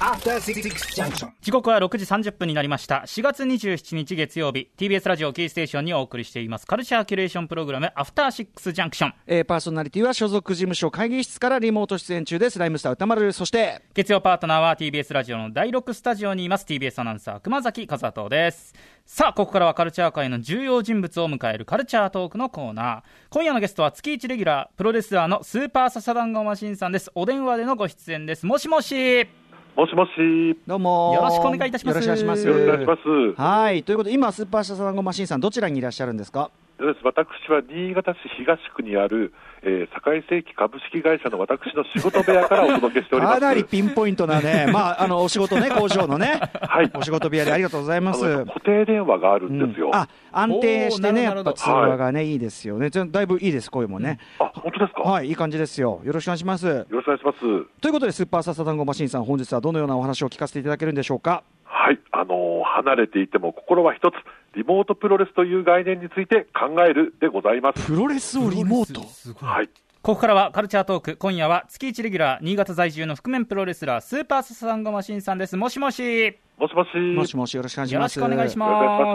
After 66 junction。 時刻は6時30分になりました。4月27日月曜日、 TBS ラジオキーステーションにお送りしていますカルチャーキュレーションプログラムアフターシックスジャンクション。 パーソナリティは所属事務所会議室からリモート出演中です。ライムスター歌丸、そして月曜パートナーは TBS ラジオの第6スタジオにいます TBS アナウンサー熊崎和人です。さあ、ここからはカルチャー界の重要人物を迎えるカルチャートークのコーナー。今夜のゲストは月1レギュラープロレスラーのスーパーササダンゴマシンさんです。お電話でのご出演です。もしもし。 もしもし。 どうもよろしくお願いいたします。 よろしくお願いします。 よろしくお願いします。 はい、ということで今スーパーササダンゴマシンさんどちらにいらっしゃるんですか？ 私は新潟市東区にある、堺世紀株式会社の私の仕事部屋からお届けしております。 かなりピンポイントなね、お仕事ね、工場のね、 はい、 お仕事部屋でありがとうございます。 固定電話があるんですよ。 安定してね、やっぱ通話がね、 はい、 いいですよね。だいぶいいです、声もね。 本当ですか？ はい、いい感じですよ。よろしくお願いします。よろしくお願いします。 ということでスーパーササダンゴマシンさん、本日はどのようなお話を聞かせていただけるんでしょうか？ はい、離れていても心は一つ、リモートプロレスという概念について考えるでございます。 プロレスをリモート、 はい、 ここからはカルチャートーク。今夜は月1レギュラー新潟在住の覆面プロレスラースーパーササダンゴマシンさんです。もしもし。 もしもし。 もしもし、よろしくお願いします。 よろしくお願いします。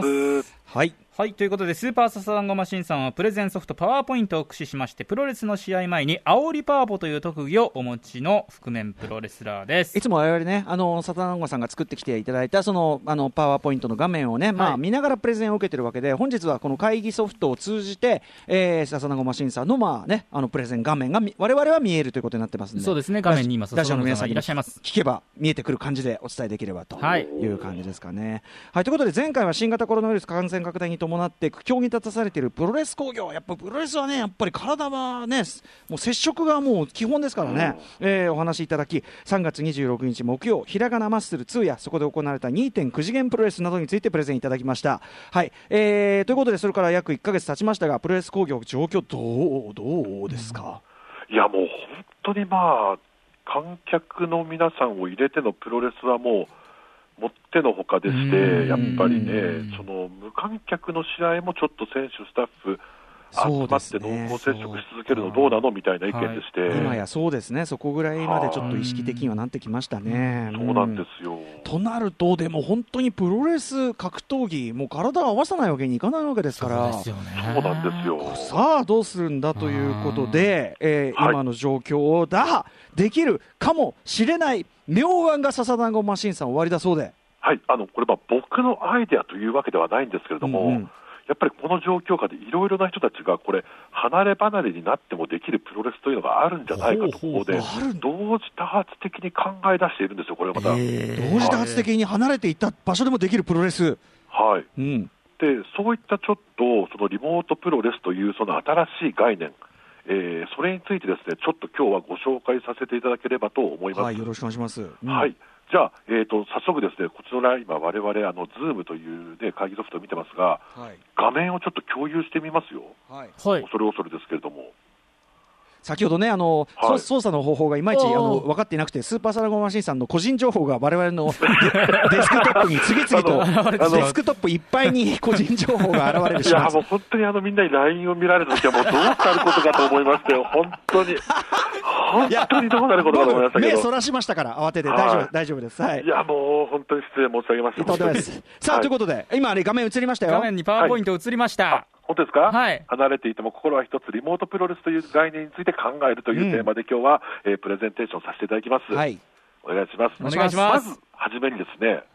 はい、 ということでスーパーササダンゴマシンさんはプレゼンソフトパワーポイントを駆使しましてプロレスの試合前に煽りパワポという特技をお持ちの覆面プロレスラーです。 いつも我々ね、ササダンゴさんが作ってきていただいたそのパワーポイントの画面をね、見ながらプレゼンを受けてるわけで、本日はこの会議ソフトを通じて、ササダンゴマシンさんのプレゼン画面が我々は見えるということになってますので、 そうですね、画面に今ラジオの皆さんにいらっしゃいます。 聞けば見えてくる感じでお伝えできればという感じですかね。はい、ということで前回は新型コロナウイルス感染拡大に伴って苦境に立たされているプロレス工業、やっぱプロレスはね、やっぱり体はね、もう接触がもう基本ですからね、お話しいただき、3月26日木曜、ひらがなマッスル2やそこで行われた 2.9 次元プロレスなどについてプレゼンいただきました。はい、ということでそれから約1ヶ月経ちましたが、プロレス工業状況どうですか？ いやもう本当に観客の皆さんを入れてのプロレスはもってのほかでして、やっぱりね、その無観客の試合もちょっと選手スタッフ集まって濃厚接触し続けるのどうなのみたいな意見でして、 今やそうですね、そこぐらいまでちょっと意識的にはなってきましたね。 そうなんですよ。 となるとでも本当にプロレス格闘技、もう体を合わさないわけにいかないわけですから、 そうなんですよ。 さあどうするんだということで、今の状況をできるかもしれない妙案がササダンゴマシンさん終わりだそうで、 はい、これ僕のアイデアというわけではないんですけれども、やっぱりこの状況下でいろいろな人たちがこれ離れ離れになってもできるプロレスというのがあるんじゃないかと、ここで同時多発的に考え出しているんですよ。これはまた同時多発的に離れていった場所でもできるプロレス、 はい、でそういったちょっとそのリモートプロレスというその新しい概念、それについてですね、ちょっと今日はご紹介させていただければと思います。 はい、よろしくお願いします。 はい、じゃあ、早速ですね、こちら今我々Zoom という、ね、会議ソフトを見てますが、画面をちょっと共有してみますよ。恐れですけれども、 先ほどね、操作の方法がいまいち分かっていなくて、スーパーサダンゴマシンさんの個人情報が我々のデスクトップに次々とデスクトップいっぱいに個人情報が現れるします。 いやもう本当にみんなに LINE を見られた時はもうどうなることかと思いましたよ。本当にどうなることかと思いましたけど、 目そらしましたから慌てて大丈夫です。はい、 いやもう本当に失礼申し上げました。 とんでもないです。さあ、ということで今画面映りましたよ。 画面にパワーポイント映りました。 本当ですか？ はい、 離れていても心は一つ、リモートプロレスという概念について考えるというテーマで今日は、プレゼンテーションさせていただきます。はい、お願いします。 お願いします。 まずはじめにですね、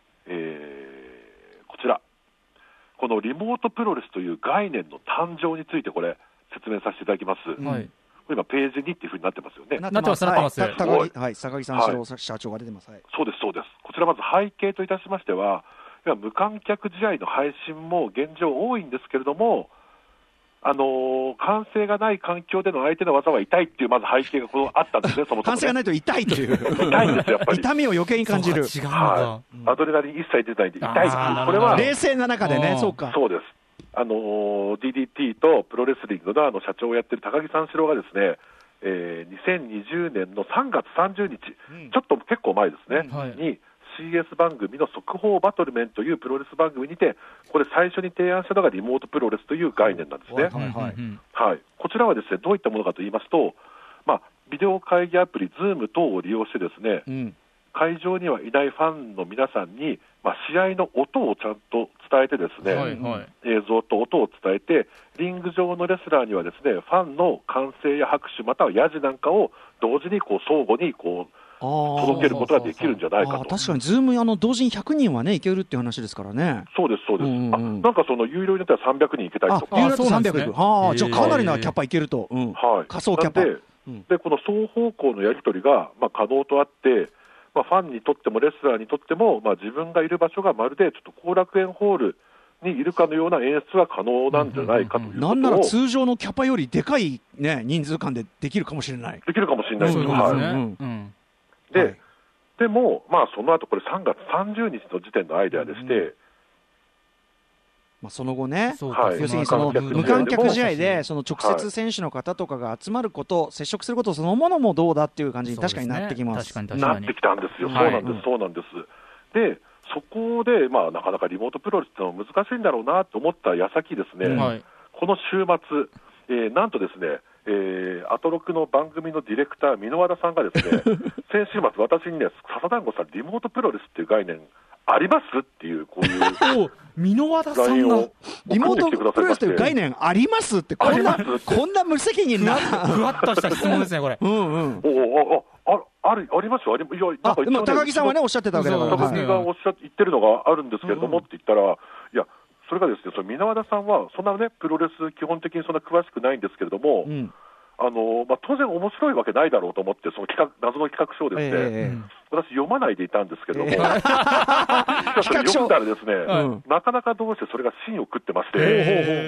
こちらこのリモートプロレスという概念の誕生についてこれ説明させていただきます。はい、今ページ2っていう風になってますよね。 なってます。坂木さん四郎社長が出てます。 そうです。こちらまず背景といたしましては、無観客試合の配信も現状多いんですけれども、歓声がない環境での相手の技は痛いっていうまず背景があったんですね。そもそも歓声がないと痛いという痛いんですよ、やっぱり痛みを余計に感じる。 アドレナリン一切出ないんで痛い。これは冷静な中でね。 そうです。DDT とプロレスリングの社長をやってる高木三四郎がですね、2020年の3月30日、ちょっと結構前ですね、にCS 番組の速報バトルメンというプロレス番組にて、これ最初に提案したのがリモートプロレスという概念なんですね。こちらはですね、どういったものかと言いますと、ビデオ会議アプリ Zoom 等を利用してですね、 会場にはいないファンの皆さんに、試合の音をちゃんと伝えてですね、映像と音を伝えて、リング上のレスラーにはですね、ファンの歓声や拍手またはヤジなんかを同時に相互に届けることができるんじゃないかと。 確かにズーム同時に100人はねいけるっていう話ですからね。 そうですそうです。なんか有料によっては300人いけたりとか。 有料だと300行く。じゃあかなりなキャパいけると。仮想キャパでこの双方向のやり取りが可能とあって、ファンにとってもレスラーにとっても、自分がいる場所がまるでちょっと後楽園ホールにいるかのような演出が可能なんじゃないかということを、 なんなら通常のキャパよりでかい、人数間でできるかもしれない。 できるかもしれないですね。でも、その後これ3月30日の時点のアイデアでして、 その後ね、要するに無観客試合で直接選手の方とかが集まること、接触することそのものもどうだっていう感じに確かになってきます。 なってきたんですよ。そうなんです。でそこで、なかなかリモートプロレスってのは難しいんだろうなと思った矢先ですね、この週末、なんとですね、アトロクの番組のディレクター箕輪田さんがですね先週末私にね、笹団子さんリモートプロレスっていう概念ありますっていうこういう箕輪田さんがリモートプロレスという概念ありますってこんな無責任なふわっとした質問ですねこれ。 ありますよ。 高木さんはねおっしゃってたわけだから、 高木が言ってるのがあるんですけれどもって言ったら、いやそれがですね、箕輪田さんはそんなねプロレス基本的にそんな詳しくないんですけれども、当然面白いわけないだろうと思ってその謎の企画書をですね、私読まないでいたんですけども読んだらですね、なかなかどうしてそれが芯を食ってまして、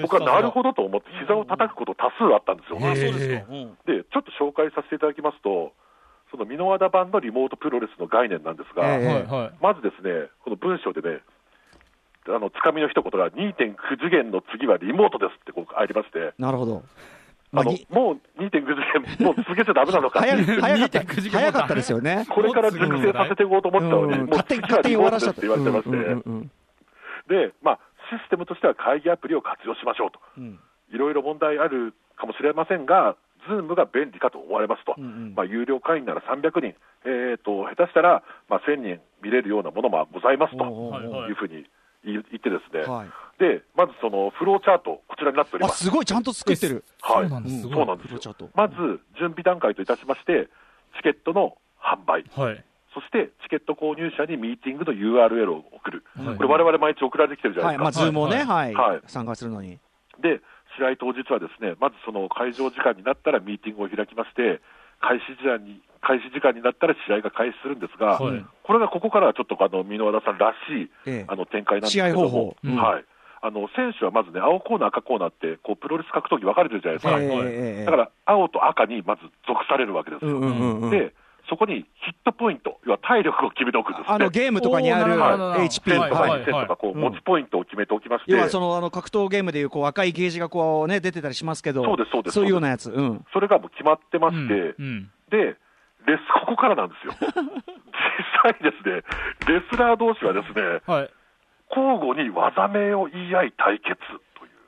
僕はなるほどと思って膝を叩くこと多数あったんですよ。でちょっと紹介させていただきますと、その箕輪田版のリモートプロレスの概念なんですが、まずですね、この文章でね、つかみの一言が 2.9 次元の次はリモートですってありまして、 なるほど。 もう 2.9 次元もう続けちゃダメなのか早かったですよね。 これから熟成させていこうと思ったのに、もう勝手に終わらせたって言われてまして、でシステムとしては会議アプリを活用しましょうと、いろいろ問題あるかもしれませんがズームが便利かと思われますと、有料会員なら300人、下手したら1000人見れるようなものもございますというふうに言ってですね、でまずそのフローチャートこちらになっております。 すごいちゃんと作ってる。 そうなんですよ。まず準備段階といたしましてチケットの販売、そしてチケット購入者にミーティングの URL を送る、これ我々毎日送られてきてるじゃないですか。 ズームをね参加するのに。で試合当日はですね、まずその会場時間になったらミーティングを開きまして、開始時間になったら試合が開始するんですが、これがここからはちょっと箕輪田さんらしい、展開なんですけども、選手はまずね、青コーナー赤コーナーってプロレス格闘技分かれてるじゃないですか。だから青と赤にまず属されるわけですよ。でそこにヒットポイント、要は体力を決めておくんですね。 ゲームとかにある HP とか1000とか持ちポイントを決めておきまして、 要はその格闘ゲームでいう赤いゲージが出てたりしますけど、そういうようなやつ、 それがもう決まってまして、でここからなんですよ実際にですね、レスラー同士はですね、交互に技名を言い合い対決という、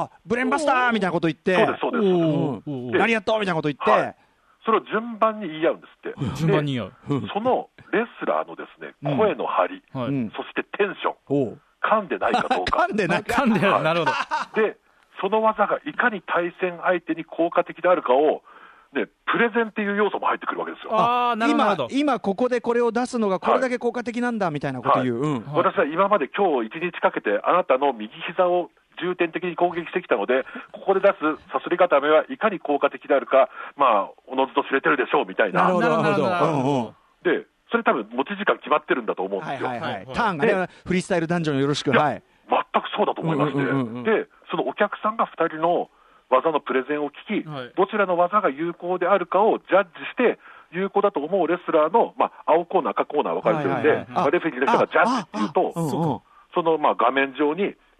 ブレンバスターみたいなこと言って、 そうです何やっとみたいなこと言って、 それを順番に言い合うんですって。順番に言い合う。そのレスラーのですね、声の張り、そしてテンション、噛んでないかどうか。 噛んでない。 なるほど。 で、その技がいかに対戦相手に効果的であるかを、プレゼンっていう要素も入ってくるわけですよ。 今ここでこれを出すのがこれだけ効果的なんだみたいなこと言う。 私は今まで今日1日かけてあなたの右膝を重点的に攻撃してきたので、ここで出すさすり固めはいかに効果的であるか、おのずと知れてるでしょうみたいな。で、それ多分持ち時間決まってるんだと思うんですよ。 ターンがね、フリースタイルダンジョンよろしく。全くそうだと思いまして、で、そのお客さんが2人の技のプレゼンを聞き、どちらの技が有効であるかをジャッジして、有効だと思うレスラーの、青コーナー赤コーナー分かれてるんで、レフェリーの人がジャッジっていうと、その画面上に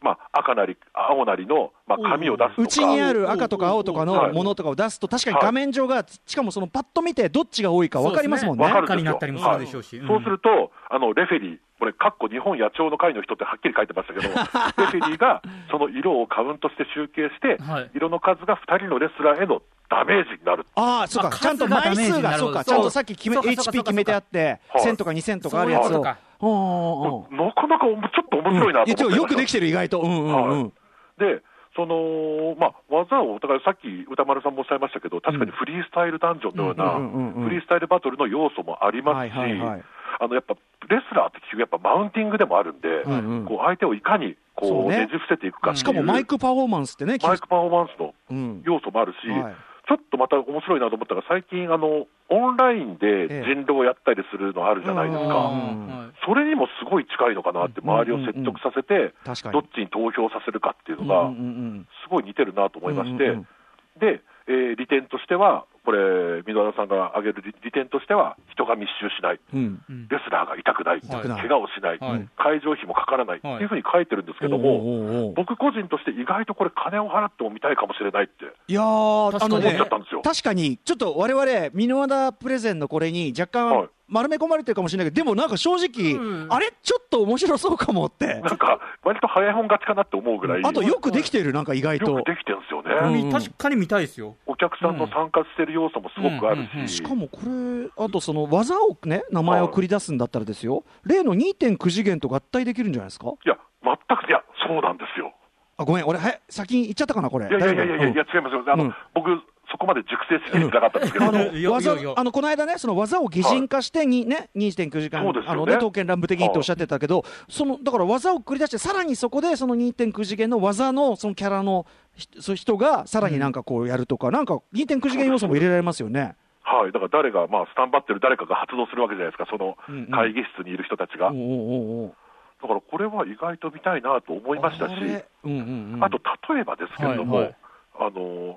赤なり青なりの、紙を出すとか、 内にある赤とか青とかのものとかを出すと、確かに画面上が、しかもそのパッと見てどっちが多いか分かりますもんね。 赤になったりもするでしょうし、 そうするとレフェリー、これ日本野鳥の会の人ってはっきり書いてましたけどレフェリーがその色をカウントして集計して、色の数が2人のレスラーへのダメージになる。 そうか、ちゃんと枚数が、そうか、ちゃんとさっきHP 決めてあって、1000とか2000とかあるやつを、なかなかちょっと面白いなと思って、 よくできてる、意外と。 で技を、だからさっき歌丸さんもおっしゃいましたけど、確かにフリースタイルダンジョンのようなフリースタイルバトルの要素もありますし、やっぱレスラーって結局やっぱマウンティングでもあるんで、相手をいかにねじ伏せていくかっていう、 しかもマイクパフォーマンスってね、 マイクパフォーマンスの要素もあるし、ちょっとまた面白いなと思ったのが、最近オンラインで人狼をやったりするのあるじゃないですか、それにもすごい近いのかなって、周りを説得させて、どっちに投票させるかっていうのが、すごい似てるなと思いまして、で、利点としては、これ、箕輪田さんが挙げる利点としては、人が密集しない、レスラーが痛くない、怪我をしない、会場費もかからないっていうふうに書いてるんですけども、僕個人として意外とこれ、金を払っても見たいかもしれないって、思っちゃったんですよ。 確かに、ちょっと我々箕輪田プレゼンのこれに若干、丸め込まれてるかもしれないけど、でもなんか正直、あれ、ちょっと面白そうかもって、 なんか、割と早い本勝ちかなって思うぐらい、 あとよくできてる、なんか意外と。 よくできてるんですよね。 確かに見たいですよ。 お客さんの参加してる要素もすごくあるし、 しかもこれ、あとその技をね、名前を繰り出すんだったらですよ、例の 2.9 次元と合体できるんじゃないですか。 いや、全く、そうなんですよ。 ごめん、俺、先に言っちゃったかな、これ。 いや、違いますよ。僕そこまで熟成しきれてなかったんですけど、 この間ね、その技を擬人化してね、2.9 時間、刀剣乱舞的にっておっしゃってたけど、だから技を繰り出して、さらにそこでその 2.9 次元の技のそのキャラの人がさらになんかこうやるとか、なんか 2.9 次元要素も入れられますよね。 だから誰が、スタンバってる誰かが発動するわけじゃないですか、その会議室にいる人たちが。だからこれは意外と見たいなと思いましたし、あと例えばですけれども、佐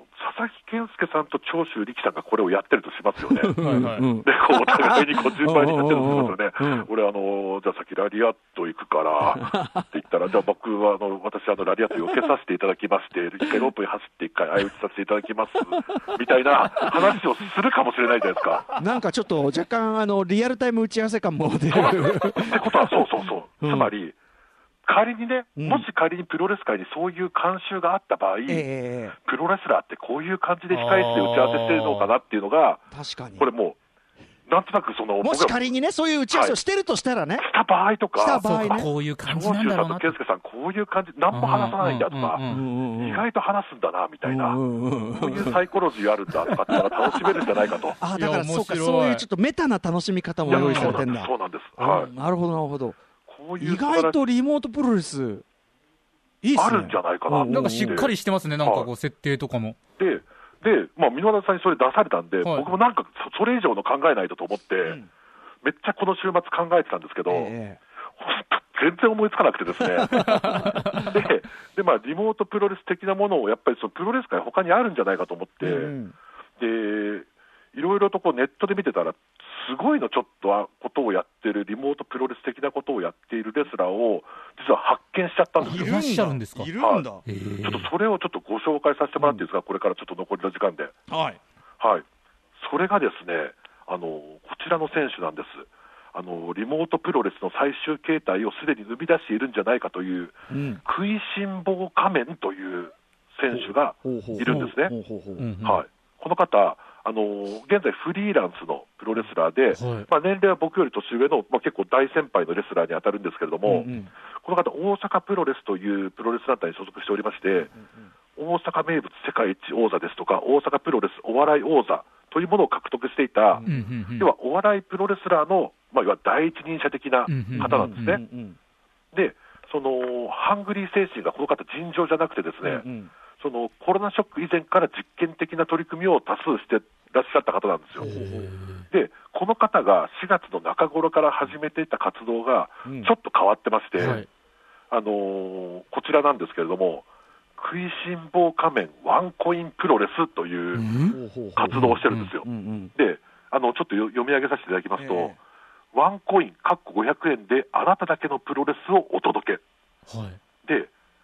々木健介さんと長州力さんがこれをやってるとしますよね。で、お互いに順番にやってるとしますよね。俺じゃあ先ラリアット行くからって言ったら、じゃあ僕は私ラリアット避けさせていただきまして、一回ロープに走って一回相打ちさせていただきますみたいな話をするかもしれないじゃないですか。 なんかちょっと若干リアルタイム打ち合わせ感も出る。 ってことはつまり仮にね、もし仮にプロレス界にそういう慣習があった場合、プロレスラーってこういう感じで控え室で打ち合わせしてるのかなっていうのが、これもう、なんとなくもし仮にね、そういう打ち合わせをしてるとしたらね、 した場合とか、 こういう感じなんだろうな、 長州さんと健介さん、こういう感じ、何も話さないんだとか、意外と話すんだなみたいな、こういうサイコロジーあるんだとかってのが楽しめるんじゃないかと。 だからそういうちょっとメタな楽しみ方も用意されてるんだ。 そうなんです。 なるほど、なるほど。意外とリモートプロレスいいっすね。 あるんじゃないかな。 なんかしっかりしてますね、なんかこう設定とかも。 で、箕輪田さんにそれ出されたんで、僕もなんかそれ以上の考えないとと思って、めっちゃこの週末考えてたんですけど、本当全然思いつかなくてですね。で、リモートプロレス的なものをやっぱりそのプロレス界他にあるんじゃないかと思って、で、いろいろとこうネットで見てたら、すごいのちょっとことをやってる、リモートプロレス的なことをやっているレスラーを実は発見しちゃったんですよ。 いらっしゃるんですか。 いるんだ。 ちょっとそれをちょっとご紹介させてもらっていいですか、これからちょっと残りの時間で。それがですね、こちらの選手なんです。リモートプロレスの最終形態をすでに生み出しているんじゃないかという、食いしん坊仮面という選手がいるんですね。この方、現在フリーランスのプロレスラーで、年齢は僕より年上の、結構大先輩のレスラーに当たるんですけれども、この方、大阪プロレスというプロレス団体に所属しておりまして、大阪名物世界一王座ですとか、大阪プロレスお笑い王座というものを獲得していた、要はお笑いプロレスラーの、いわゆる第一人者的な方なんですね。で、そのハングリー精神がこの方尋常じゃなくてですね、そのコロナショック以前から実験的な取り組みを多数してらっしゃった方なんですよ。で、この方が4月の中頃から始めていた活動がちょっと変わってまして、こちらなんですけれども、食いしん坊仮面ワンコインプロレスという活動をしてるんですよ。で、ちょっと読み上げさせていただきますと、ワンコイン（500円であなただけのプロレスをお届け）で、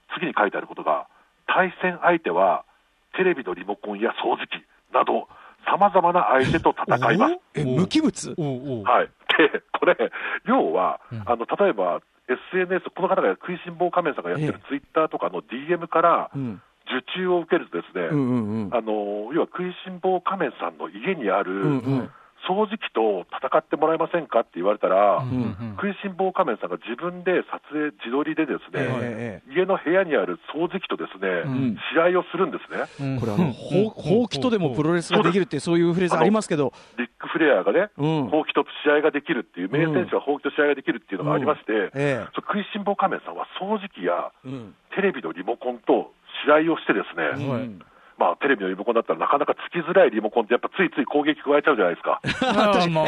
次に書いてあることが、対戦相手はテレビのリモコンや掃除機などさまざまな相手と戦います。 無機物、 はい、でこれ要は、例えば SNS、 この方が食いしん坊仮面さんがやってるツイッターとかの DM から受注を受けるとですね、要は食いしん坊仮面さんの家にある、掃除機と戦ってもらえませんかって言われたら、食いしん坊仮面さんが自分で撮影自撮りでですね、家の部屋にある掃除機とですね、試合をするんですね。 これほうきとでもプロレスができるってそういうフレーズありますけど、 リック・フレアがね、ほうきと試合ができるっていう、名選手はほうきと試合ができるっていうのがありまして、食いしん坊仮面さんは掃除機やテレビのリモコンと試合をしてですね、テレビのリモコンだったらなかなかつきづらいリモコンってやっぱついつい攻撃加えちゃうじゃないですか。 確かに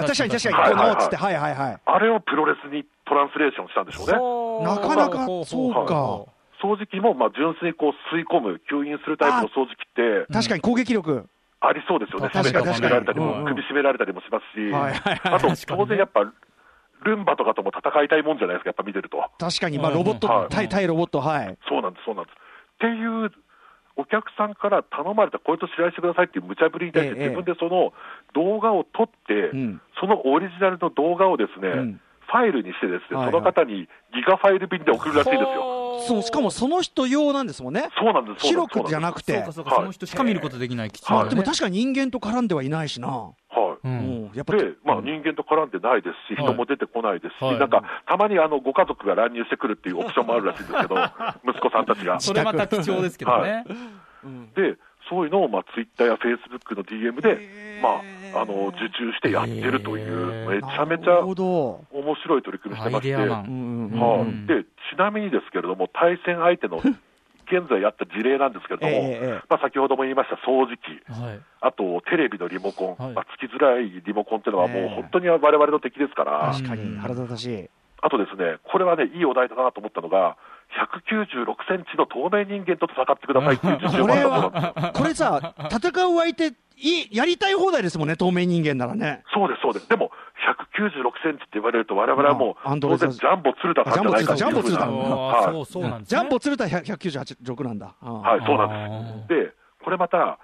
あれをプロレスにトランスレーションしたんでしょうね。 なかなかそうか。 掃除機も純粋にこう吸い込む吸引するタイプの掃除機って確かに攻撃力ありそうですよね。首絞められたりも首絞められたりもしますし、あと当然やっぱルンバとかとも戦いたいもんじゃないですか、やっぱ見てると。 確かにロボット対ロボット、 そうなんですっていうお客さんから頼まれたこれと試合してくださいっていう無茶ぶりに対して自分でその動画を撮って、そのオリジナルの動画をですね、ファイルにしてですね、その方にギガファイル便で送るらしいですよ。 そう、しかもその人用なんですもんね。 そうなんです。 広くじゃなくて、 その人しか見ることできない。でも確かに人間と絡んではいないしな。 やっぱで、人間と絡んでないですし、人も出てこないですし、なんかたまにご家族が乱入してくるっていうオプションもあるらしいんですけど、息子さんたちが。 それまた貴重ですけどね。 で、そういうのをツイッターやフェイスブックの DM で受注してやってるという、めちゃめちゃ面白い取り組みしてまして、でちなみにですけれども、対戦相手の現在やった事例なんですけれども、先ほども言いました掃除機、あとテレビのリモコン、つきづらいリモコンっていうのはもう本当に我々の敵ですから。 確かに腹立たしい。 あとですね、これはね、いいお題だなと思ったのが、196センチの透明人間と戦ってくださいっていう受注があったものなんですよ。 これさ、戦う相手やりたい放題ですもんね、透明人間ならね。 そうです。でも196センチって言われると我々はもう当然ジャンボ鶴田さんじゃないかっていうふうな。 ジャンボ鶴田196なんだ。 はい、そうなんです。でこれまた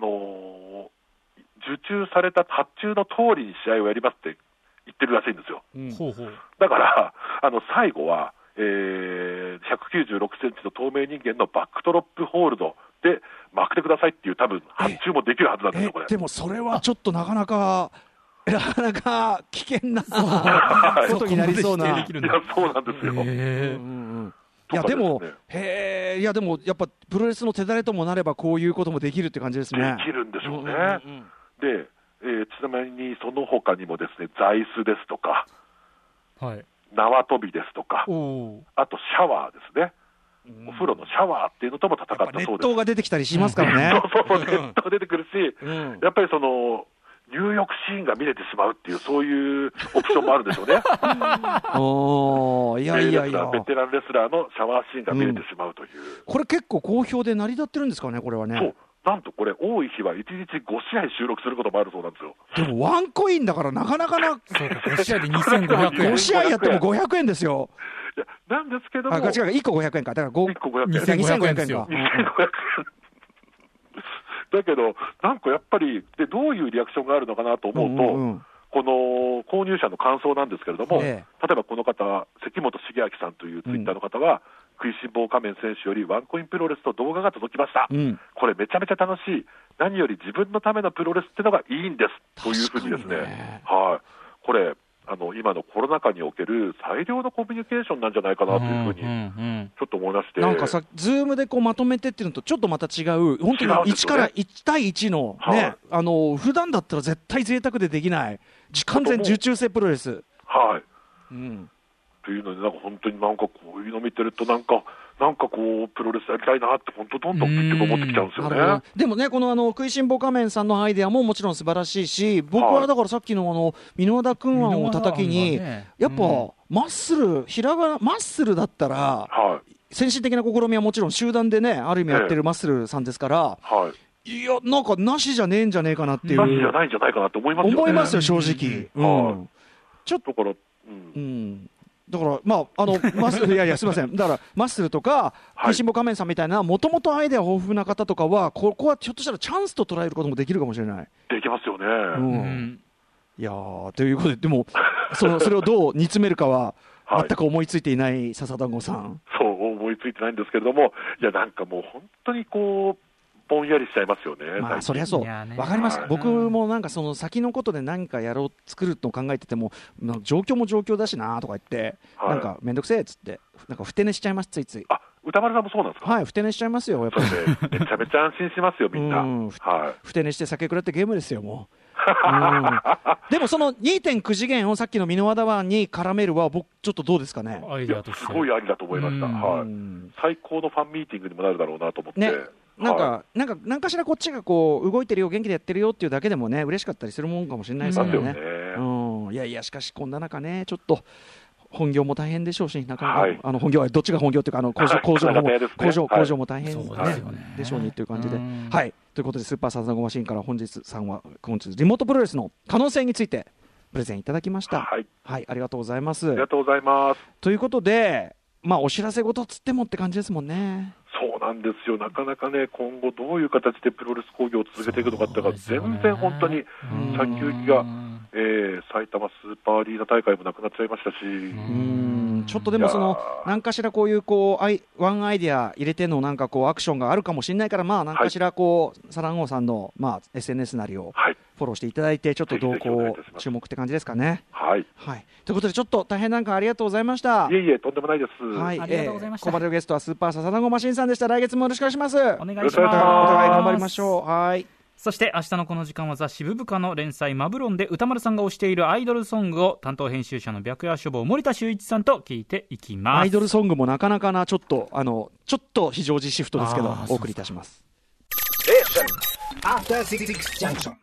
受注された発注の通りに試合をやりますって言ってるらしいんですよ。だから最後は196センチの透明人間のバックドロップホールドで巻くてくださいっていう多分発注もできるはずなんですよ。これでもそれはちょっとなかなか危険なことになりそうな。 いやそうなんですよ。 いやでもやっぱプロレスの手だれともなればこういうこともできるって感じですね。 できるんでしょうね。で、ちなみにその他にもですね、座椅子ですとか、縄跳びですとか、あとシャワーですね。お風呂のシャワーっていうのとも戦ったそうです。 熱湯が出てきたりしますからね。 そう熱湯が出てくるし、やっぱりその入浴シーンが見れてしまうっていうそういうオプションもあるんでしょうね。ベテランレスラーのシャワーシーンが見れてしまうという。 これ結構好評で成り立ってるんですかね、これはね。 そう。なんとこれ多い日は1日5試合収録することもあるそうなんですよ。 でもワンコインだからなかなかな。 そうか、5試合で2500円。 5試合やっても500円ですよ。 いやなんですけども。 違う、1個500円か。だから 1個500円。 2500円ですよ。 2500円。だけど、なんかやっぱりでどういうリアクションがあるのかなと思うと、この購入者の感想なんですけれども、例えばこの方、関本茂明さんというツイッターの方は、食いしん坊仮面選手よりワンコインプロレスと動画が届きました、これめちゃめちゃ楽しい、何より自分のためのプロレスっていうのがいいんですというふうにですね、これ今のコロナ禍における最良のコミュニケーションなんじゃないかなというふうにちょっと思いまして、 なんかさ、ズームでこうまとめてっていうのとちょっとまた違う、本当に1から1対1のね、普段だったら絶対贅沢でできない完全受注性プロレス。というので、なんか本当になんかこういうの見てるとなんかこうプロレスやりたいなって本当どんどん結局思ってきちゃうんですよね。でもね、この食いしん坊仮面さんのアイデアももちろん素晴らしいし、僕はだからさっきの箕輪田君案を叩きに、やっぱマッスル、ひらがなマッスルだったら、先進的な試みはもちろん集団でね、ある意味やってるマッスルさんですから、いやなんかなしじゃねえんじゃねえかなっていう。なしじゃないんじゃないかなって思いますよね。思いますよ正直。ちょっとこれだからまあマッスルいやすみません、だからマッスルとか食いしん坊仮面さんみたいなもともとアイデア豊富な方とかはここはひょっとしたらチャンスと捉えることもできるかもしれない。 できますよね。 いやということで、でもそれをどう煮詰めるかは全く思いついていない笹団子さん。 そう思いついてないんですけれども、いやなんかもう本当にこうぼんやりしちゃいますよね。 まあそりゃそう、わかります、僕もなんかその先のことで何か作ると考えてても状況も状況だしなとか言って、なんかめんどくせえっつってなんかふて寝しちゃいます、ついつい。 歌丸さんもそうなんですか？ はい、ふて寝しちゃいますよ、やっぱりめちゃめちゃ安心しますよみんな。 ふて寝して酒食らってゲームですよもうでもその 2.9 次元をさっきの箕輪田湾に絡めるは僕ちょっとどうですかね。 アイデアとしてすごいありだと思いました。最高のファンミーティングにもなるだろうなと思って、ね、 なんかしらこっちがこう動いてるよ、元気でやってるよっていうだけでもね嬉しかったりするもんかもしれないですよね。いやしかしこんな中ね、ちょっと本業も大変でしょうし、なかなか、本業はどっちが本業っていうか工場も大変でしょうにという感じで、はい、ということでスーパーサザンゴマシンから本日リモートプロレスの可能性についてプレゼンいただきました。はい、ありがとうございます。 ありがとうございます。 ということで、まあお知らせ事つってもって感じですもんね。 そうなんですよ、なかなかね、今後どういう形でプロレス興行を続けていくのかっていうのが全然本当に先行きが、埼玉スーパーアリーナ大会もなくなっちゃいましたし、 ちょっとでも何かしらこういうワンアイデア入れてのなんかアクションがあるかもしれないから、まあ何かしらサランゴさんのSNS なりをフォローしていただいて、ちょっと動向注目って感じですかね。はい、ということでちょっと大変なんかありがとうございました。 いえいえ、とんでもないです。 ありがとうございました。 ここまでのゲストはスーパーサザンゴマシンさんでした。来月もよろしくお願いします。 お願いします。お互い頑張りましょう。はい。 そして明日のこの時間はザ・渋部下の連載マブロンで歌丸さんが推しているアイドルソングを担当編集者の白夜書房森田修一さんと聞いていきます。 アイドルソングもなかなかなちょっと非常時シフトですけどお送りいたします。